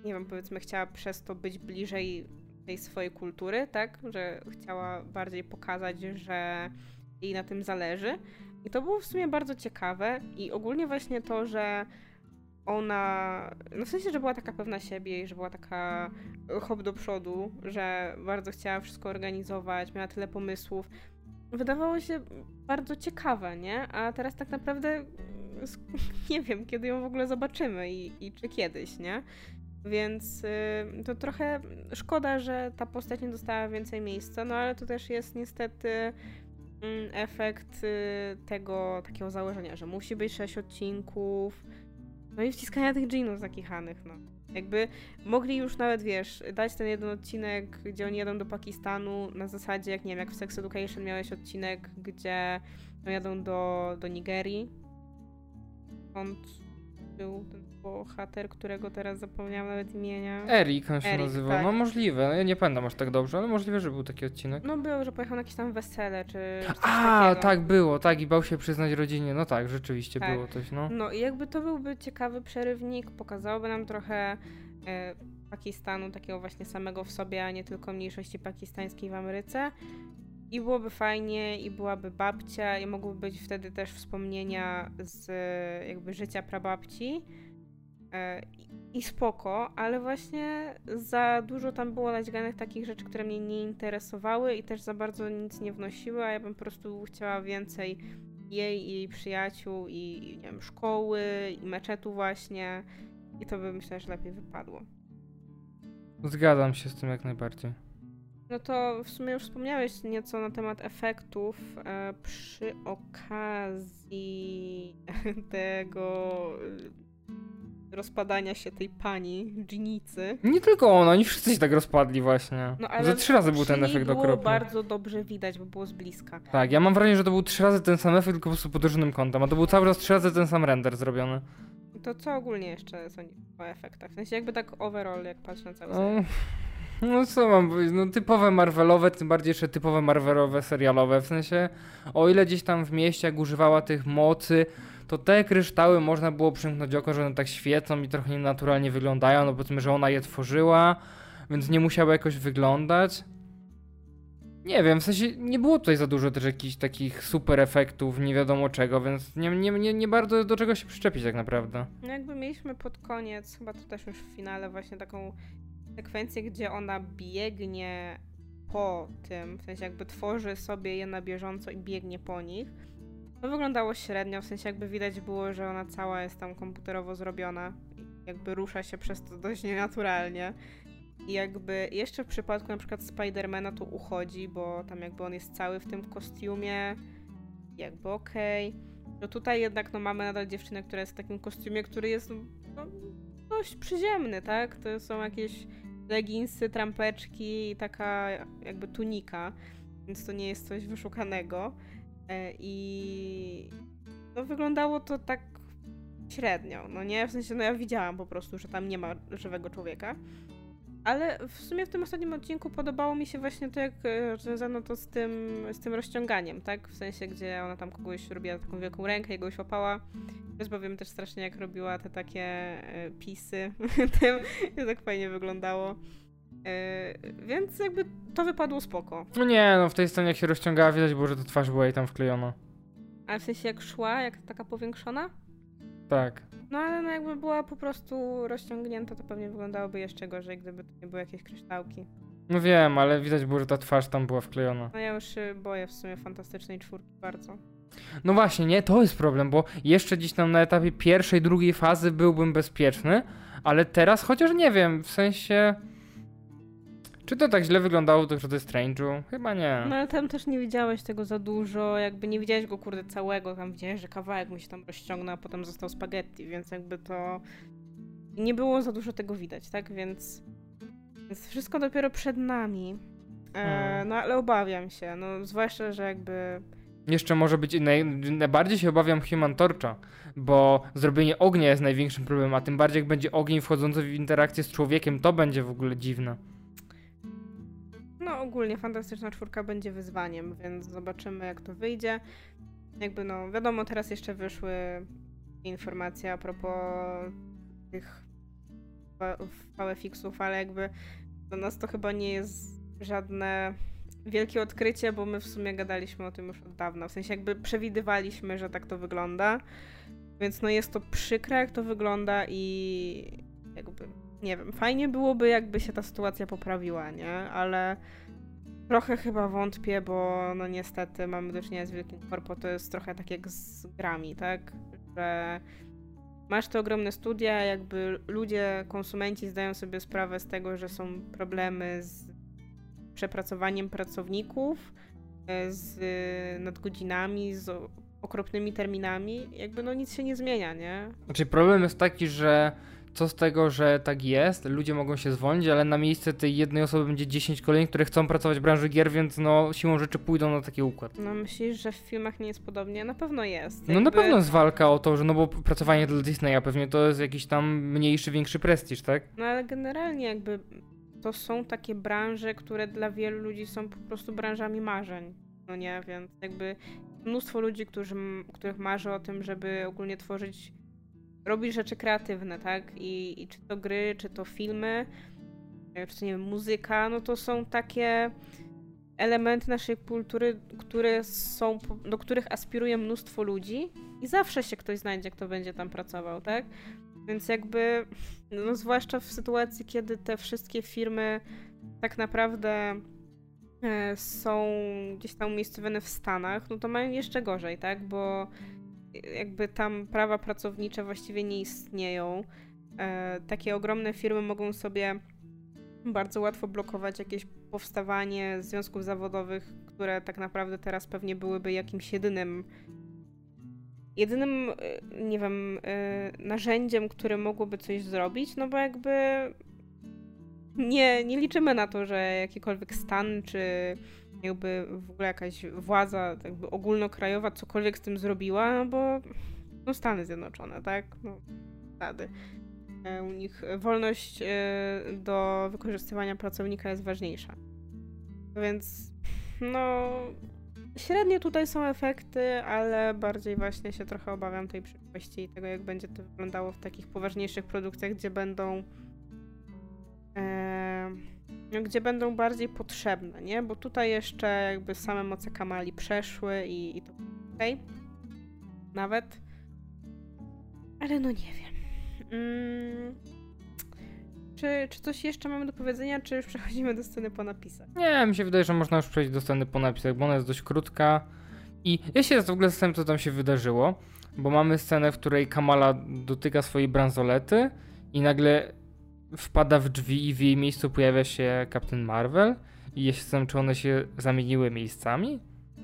nie wiem, powiedzmy chciała przez to być bliżej tej swojej kultury, tak? Że chciała bardziej pokazać, że jej na tym zależy. I to było w sumie bardzo ciekawe i ogólnie właśnie to, że ona, no w sensie, że była taka pewna siebie i że była taka hop do przodu, że bardzo chciała wszystko organizować, miała tyle pomysłów. Wydawało się bardzo ciekawe, nie? A teraz tak naprawdę nie wiem, kiedy ją w ogóle zobaczymy i, i czy kiedyś, nie? Więc y, to trochę szkoda, że ta postać nie dostała więcej miejsca, no ale to też jest niestety y, efekt y, tego takiego założenia, że musi być sześć odcinków, no i wciskania tych dżinów zakichanych, no. Jakby mogli już nawet, wiesz, dać ten jeden odcinek, gdzie oni jadą do Pakistanu na zasadzie, jak nie wiem, jak w Sex Education miałeś odcinek, gdzie no, jadą do, do Nigerii. Stąd był ten bohater, którego teraz zapomniałam nawet imienia. Erik on się Erik, nazywał. tak. No możliwe, ja nie pamiętam aż tak dobrze, ale możliwe, że był taki odcinek. No było, że pojechał na jakieś tam wesele, czy, czy coś A, takiego. tak było, tak i bał się przyznać rodzinie. No tak, rzeczywiście Tak. było coś, no. No i jakby to byłby ciekawy przerywnik, pokazałoby nam trochę e, Pakistanu, takiego właśnie samego w sobie, a nie tylko mniejszości pakistańskiej w Ameryce. I byłoby fajnie, i byłaby babcia, i mogłyby być wtedy też wspomnienia z e, jakby życia prababci. E, I spoko, ale właśnie za dużo tam było naćganych takich rzeczy, które mnie nie interesowały i też za bardzo nic nie wnosiły, a ja bym po prostu chciała więcej jej i jej przyjaciół i nie wiem, szkoły i meczetu właśnie i to by myślę, że lepiej wypadło. Zgadzam się z tym jak najbardziej. No to w sumie już wspomniałeś nieco na temat efektów e, przy okazji tego e, rozpadania się tej pani, dżinicy. Nie tylko ona, oni wszyscy się tak rozpadli właśnie. No, ale Ze trzy razy był przy ten niej efekt było okropny. bardzo dobrze widać, bo było z bliska. Tak, ja mam wrażenie, że to był trzy razy ten sam efekt, tylko po prostu pod różnym kątem, a to był cały czas trzy razy ten sam render zrobiony. To co ogólnie jeszcze sądzisz o efektach? W sensie jakby tak overall, jak patrzę na cały No, serial. no co mam powiedzieć, no typowe Marvelowe, tym bardziej jeszcze typowe Marvelowe serialowe, w sensie o ile gdzieś tam w mieście jak używała tych mocy, to te kryształy można było przymknąć oko, że one tak świecą i trochę nienaturalnie wyglądają, no powiedzmy, że ona je tworzyła, więc nie musiały jakoś wyglądać. Nie wiem, w sensie nie było tutaj za dużo też jakichś takich super efektów, nie wiadomo czego, więc nie, nie, nie, nie bardzo do czego się przyczepić tak naprawdę. No jakby mieliśmy pod koniec, chyba to też już w finale właśnie taką sekwencję, gdzie ona biegnie po tym, w sensie jakby tworzy sobie je na bieżąco i biegnie po nich. To wyglądało średnio, w sensie jakby widać było, że ona cała jest tam komputerowo zrobiona i jakby rusza się przez to dość nienaturalnie. I jakby jeszcze w przypadku na przykład Spidermana to uchodzi, bo tam jakby on jest cały w tym kostiumie, jakby okej. Okay. No tutaj jednak no mamy nadal dziewczynę, która jest w takim kostiumie, który jest no, dość przyziemny, tak? To są jakieś leginsy, trampeczki i taka jakby tunika, więc to nie jest coś wyszukanego. I no wyglądało to tak średnio, no nie? W sensie, no ja widziałam po prostu, że tam nie ma żywego człowieka. Ale w sumie w tym ostatnim odcinku podobało mi się właśnie to, jak związano to z tym, z tym rozciąganiem, tak? W sensie, gdzie ona tam kogoś robiła taką wielką rękę i go łapała. Też bowiem też strasznie jak robiła te takie e, pisy. To tak fajnie wyglądało. E, więc jakby to wypadło spoko. No nie, no w tej scenie jak się rozciągała widać było, że ta twarz była jej tam wklejona. A w sensie jak szła, jak taka powiększona? Tak. No ale no jakby była po prostu rozciągnięta, to pewnie wyglądałoby jeszcze gorzej, gdyby to nie były jakieś kryształki. No wiem, ale widać było, że ta twarz tam była wklejona. No ja już się boję w sumie Fantastycznej Czwórki bardzo. No właśnie, nie, to jest problem, bo jeszcze gdzieś tam na etapie pierwszej, drugiej fazy byłbym bezpieczny, ale teraz chociaż nie wiem, w sensie... Czy to tak źle wyglądało w Doctor Strange'u? Chyba nie. No ale tam też nie widziałeś tego za dużo, jakby nie widziałeś go kurde całego, tam widziałeś, że kawałek mu się tam rozciągnął, a potem został spaghetti, więc jakby to... Nie było za dużo tego widać, tak? Więc, więc wszystko dopiero przed nami. E, Hmm. no ale obawiam się, no zwłaszcza, że jakby... Jeszcze może być, naj, najbardziej się obawiam Human Torcha, bo zrobienie ognia jest największym problemem, a tym bardziej jak będzie ogień wchodzący w interakcję z człowiekiem, to będzie w ogóle dziwne. No ogólnie Fantastyczna Czwórka będzie wyzwaniem, więc zobaczymy jak to wyjdzie. Jakby no wiadomo, teraz jeszcze wyszły informacje a propos tych V F X-ów, ale jakby dla nas to chyba nie jest żadne wielkie odkrycie, bo my w sumie gadaliśmy o tym już od dawna. W sensie jakby przewidywaliśmy, że tak to wygląda. Więc no jest to przykre, jak to wygląda i jakby, nie wiem, fajnie byłoby, jakby się ta sytuacja poprawiła, nie? Ale trochę chyba wątpię, bo no niestety mamy do czynienia z wielkim korpo, to jest trochę tak jak z grami, tak? Że masz te ogromne studia, jakby ludzie, konsumenci zdają sobie sprawę z tego, że są problemy z przepracowaniem pracowników, z nadgodzinami, z okropnymi terminami, jakby no nic się nie zmienia, nie? Znaczy problem jest taki, że co z tego, że tak jest, ludzie mogą się zwolnić, ale na miejsce tej jednej osoby będzie dziesięć kolejnych, które chcą pracować w branży gier, więc no siłą rzeczy pójdą na taki układ. No myślisz, że w filmach nie jest podobnie? Na pewno jest. No jakby... na pewno jest walka o to, że no bo pracowanie dla Disneya pewnie to jest jakiś tam mniejszy, większy prestiż, tak? No ale generalnie jakby to są takie branże, które dla wielu ludzi są po prostu branżami marzeń. No nie, więc jakby mnóstwo ludzi, którzy, których marzy o tym, żeby ogólnie tworzyć, robić rzeczy kreatywne, tak? I, i czy to gry, czy to filmy, czy to nie wiem, muzyka, no to są takie elementy naszej kultury, które są, do których aspiruje mnóstwo ludzi i zawsze się ktoś znajdzie, kto będzie tam pracował, tak? Więc jakby, no zwłaszcza w sytuacji, kiedy te wszystkie firmy tak naprawdę e, są gdzieś tam umiejscowione w Stanach, no to mają jeszcze gorzej, tak? Bo jakby tam prawa pracownicze właściwie nie istnieją. E, takie ogromne firmy mogą sobie bardzo łatwo blokować jakieś powstawanie związków zawodowych, które tak naprawdę teraz pewnie byłyby jakimś jedynym jedynym, nie wiem, narzędziem, które mogłoby coś zrobić, no bo jakby nie, nie liczymy na to, że jakikolwiek stan, czy jakby w ogóle jakaś władza jakby ogólnokrajowa cokolwiek z tym zrobiła, no bo no Stany Zjednoczone, tak? No, wtedy. U nich wolność do wykorzystywania pracownika jest ważniejsza. Więc no średnie tutaj są efekty, ale bardziej właśnie się trochę obawiam tej przyszłości i tego, jak będzie to wyglądało w takich poważniejszych produkcjach, gdzie będą e, gdzie będą bardziej potrzebne, nie? Bo tutaj jeszcze jakby same moce Kamali przeszły i, i to okej. Okay. Nawet. Ale no nie wiem. Mm. Czy, czy coś jeszcze mamy do powiedzenia, czy już przechodzimy do sceny po napisach? Nie, mi się wydaje, że można już przejść do sceny po napisach, bo ona jest dość krótka. I ja się w ogóle zastanawiam, co tam się wydarzyło, bo mamy scenę, w której Kamala dotyka swojej bransolety i nagle wpada w drzwi i w jej miejscu pojawia się Captain Marvel. I ja się zastanawiam, czy one się zamieniły miejscami?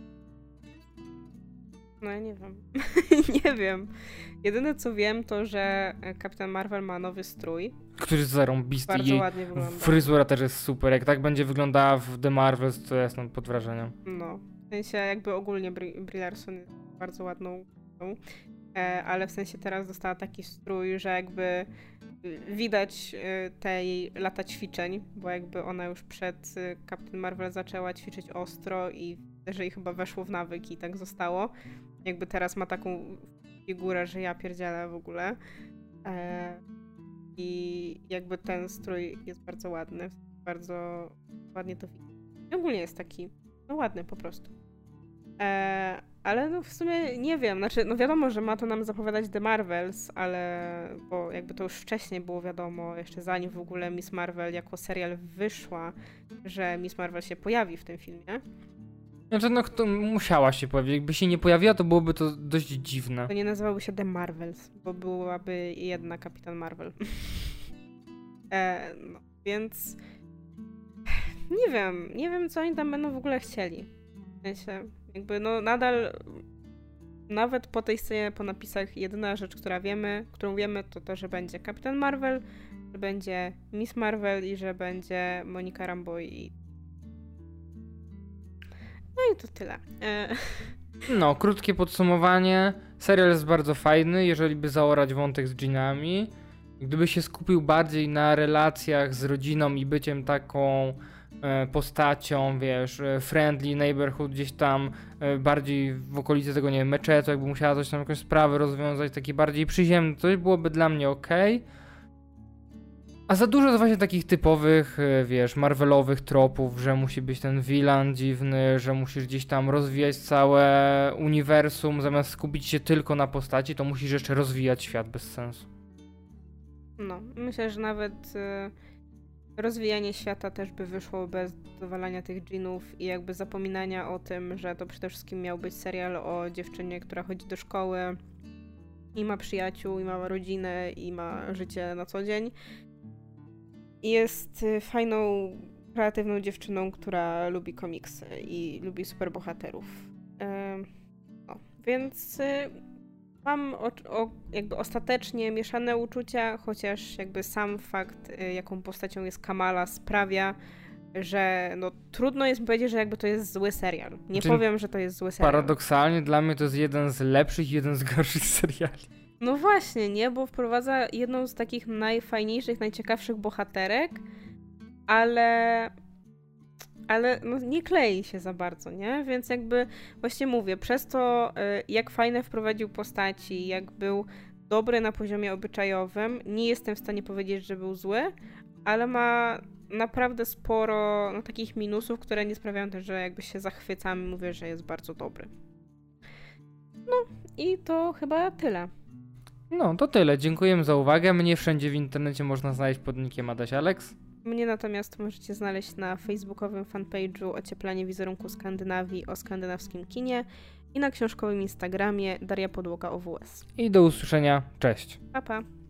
No ja nie wiem. nie wiem. Jedyne co wiem, to że Captain Marvel ma nowy strój. Który jest zarąbisty. Bardzo jej ładnie wygląda. Fryzura też jest super. Jak tak będzie wyglądała w The Marvels, to ja jestem pod wrażeniem. No. W sensie jakby ogólnie Brie, Brie Larson jest bardzo ładną, e, ale w sensie teraz dostała taki strój, że jakby widać tej lata ćwiczeń, bo jakby ona już przed Captain Marvel zaczęła ćwiczyć ostro i że jej chyba weszło w nawyk i tak zostało. Jakby teraz ma taką figurę, że ja pierdzielę w ogóle. E, I jakby ten strój jest bardzo ładny. Bardzo ładnie to widać. Ogólnie jest taki, no ładny po prostu. E, ale no w sumie nie wiem, znaczy no wiadomo, że ma to nam zapowiadać The Marvels, ale bo jakby to już wcześniej było wiadomo, jeszcze zanim w ogóle Miss Marvel jako serial wyszła, że Miss Marvel się pojawi w tym filmie. Znaczy, no to musiała się pojawić. Jakby się nie pojawiła, to byłoby to dość dziwne. To nie nazywałoby się The Marvels, bo byłaby jedna Kapitan Marvel. e, no, więc nie wiem, nie wiem co oni tam będą w ogóle chcieli. W sensie, jakby no nadal nawet po tej scenie, po napisach, jedyna rzecz, która wiemy, którą wiemy, to to, że będzie Kapitan Marvel, że będzie Miss Marvel i że będzie Monica Rambeau i no i to tyle. E... No, krótkie podsumowanie. Serial jest bardzo fajny, jeżeli by zaorać wątek z dżinami. Gdyby się skupił bardziej na relacjach z rodziną i byciem taką e, postacią, wiesz, friendly neighborhood gdzieś tam, e, bardziej w okolicy tego, nie wiem, meczetu, jakby musiała coś tam, jakąś sprawę rozwiązać, taki bardziej przyziemny, to byłoby dla mnie okej. A za dużo jest właśnie takich typowych, e, wiesz, Marvelowych tropów, że musi być ten villain dziwny, że musisz gdzieś tam rozwijać całe uniwersum, zamiast skupić się tylko na postaci, to musisz jeszcze rozwijać świat bez sensu. No, myślę, że nawet y, rozwijanie świata też by wyszło bez dowalania tych dżinów i jakby zapominania o tym, że to przede wszystkim miał być serial o dziewczynie, która chodzi do szkoły i ma przyjaciół, i ma rodzinę, i ma życie na co dzień. I jest y, fajną, kreatywną dziewczyną, która lubi komiksy i lubi superbohaterów. Ym, no, więc y, mam o, o, jakby ostatecznie mieszane uczucia, chociaż jakby sam fakt, y, jaką postacią jest Kamala, sprawia, że no trudno jest mi powiedzieć, że jakby to jest zły serial. Nie Znaczy, powiem, że to jest zły serial. Paradoksalnie dla mnie to jest jeden z lepszych i jeden z gorszych seriali. No właśnie, nie? Bo wprowadza jedną z takich najfajniejszych, najciekawszych bohaterek, ale ale no, nie klei się za bardzo, nie? Więc jakby właśnie mówię, przez to y, jak fajne wprowadził postaci, jak był dobry na poziomie obyczajowym, nie jestem w stanie powiedzieć, że był zły, ale ma naprawdę sporo no, takich minusów, które nie sprawiają też, że jakby się zachwycamy, mówię, że jest bardzo dobry. No i to chyba tyle. No, to tyle. Dziękujemy za uwagę. Mnie wszędzie w internecie można znaleźć pod nickiem Adaś Alex. Mnie natomiast możecie znaleźć na facebookowym fanpage'u Ocieplanie wizerunku Skandynawii o skandynawskim kinie i na książkowym Instagramie Daria Podłoga O W S. I do usłyszenia. Cześć. Pa, pa.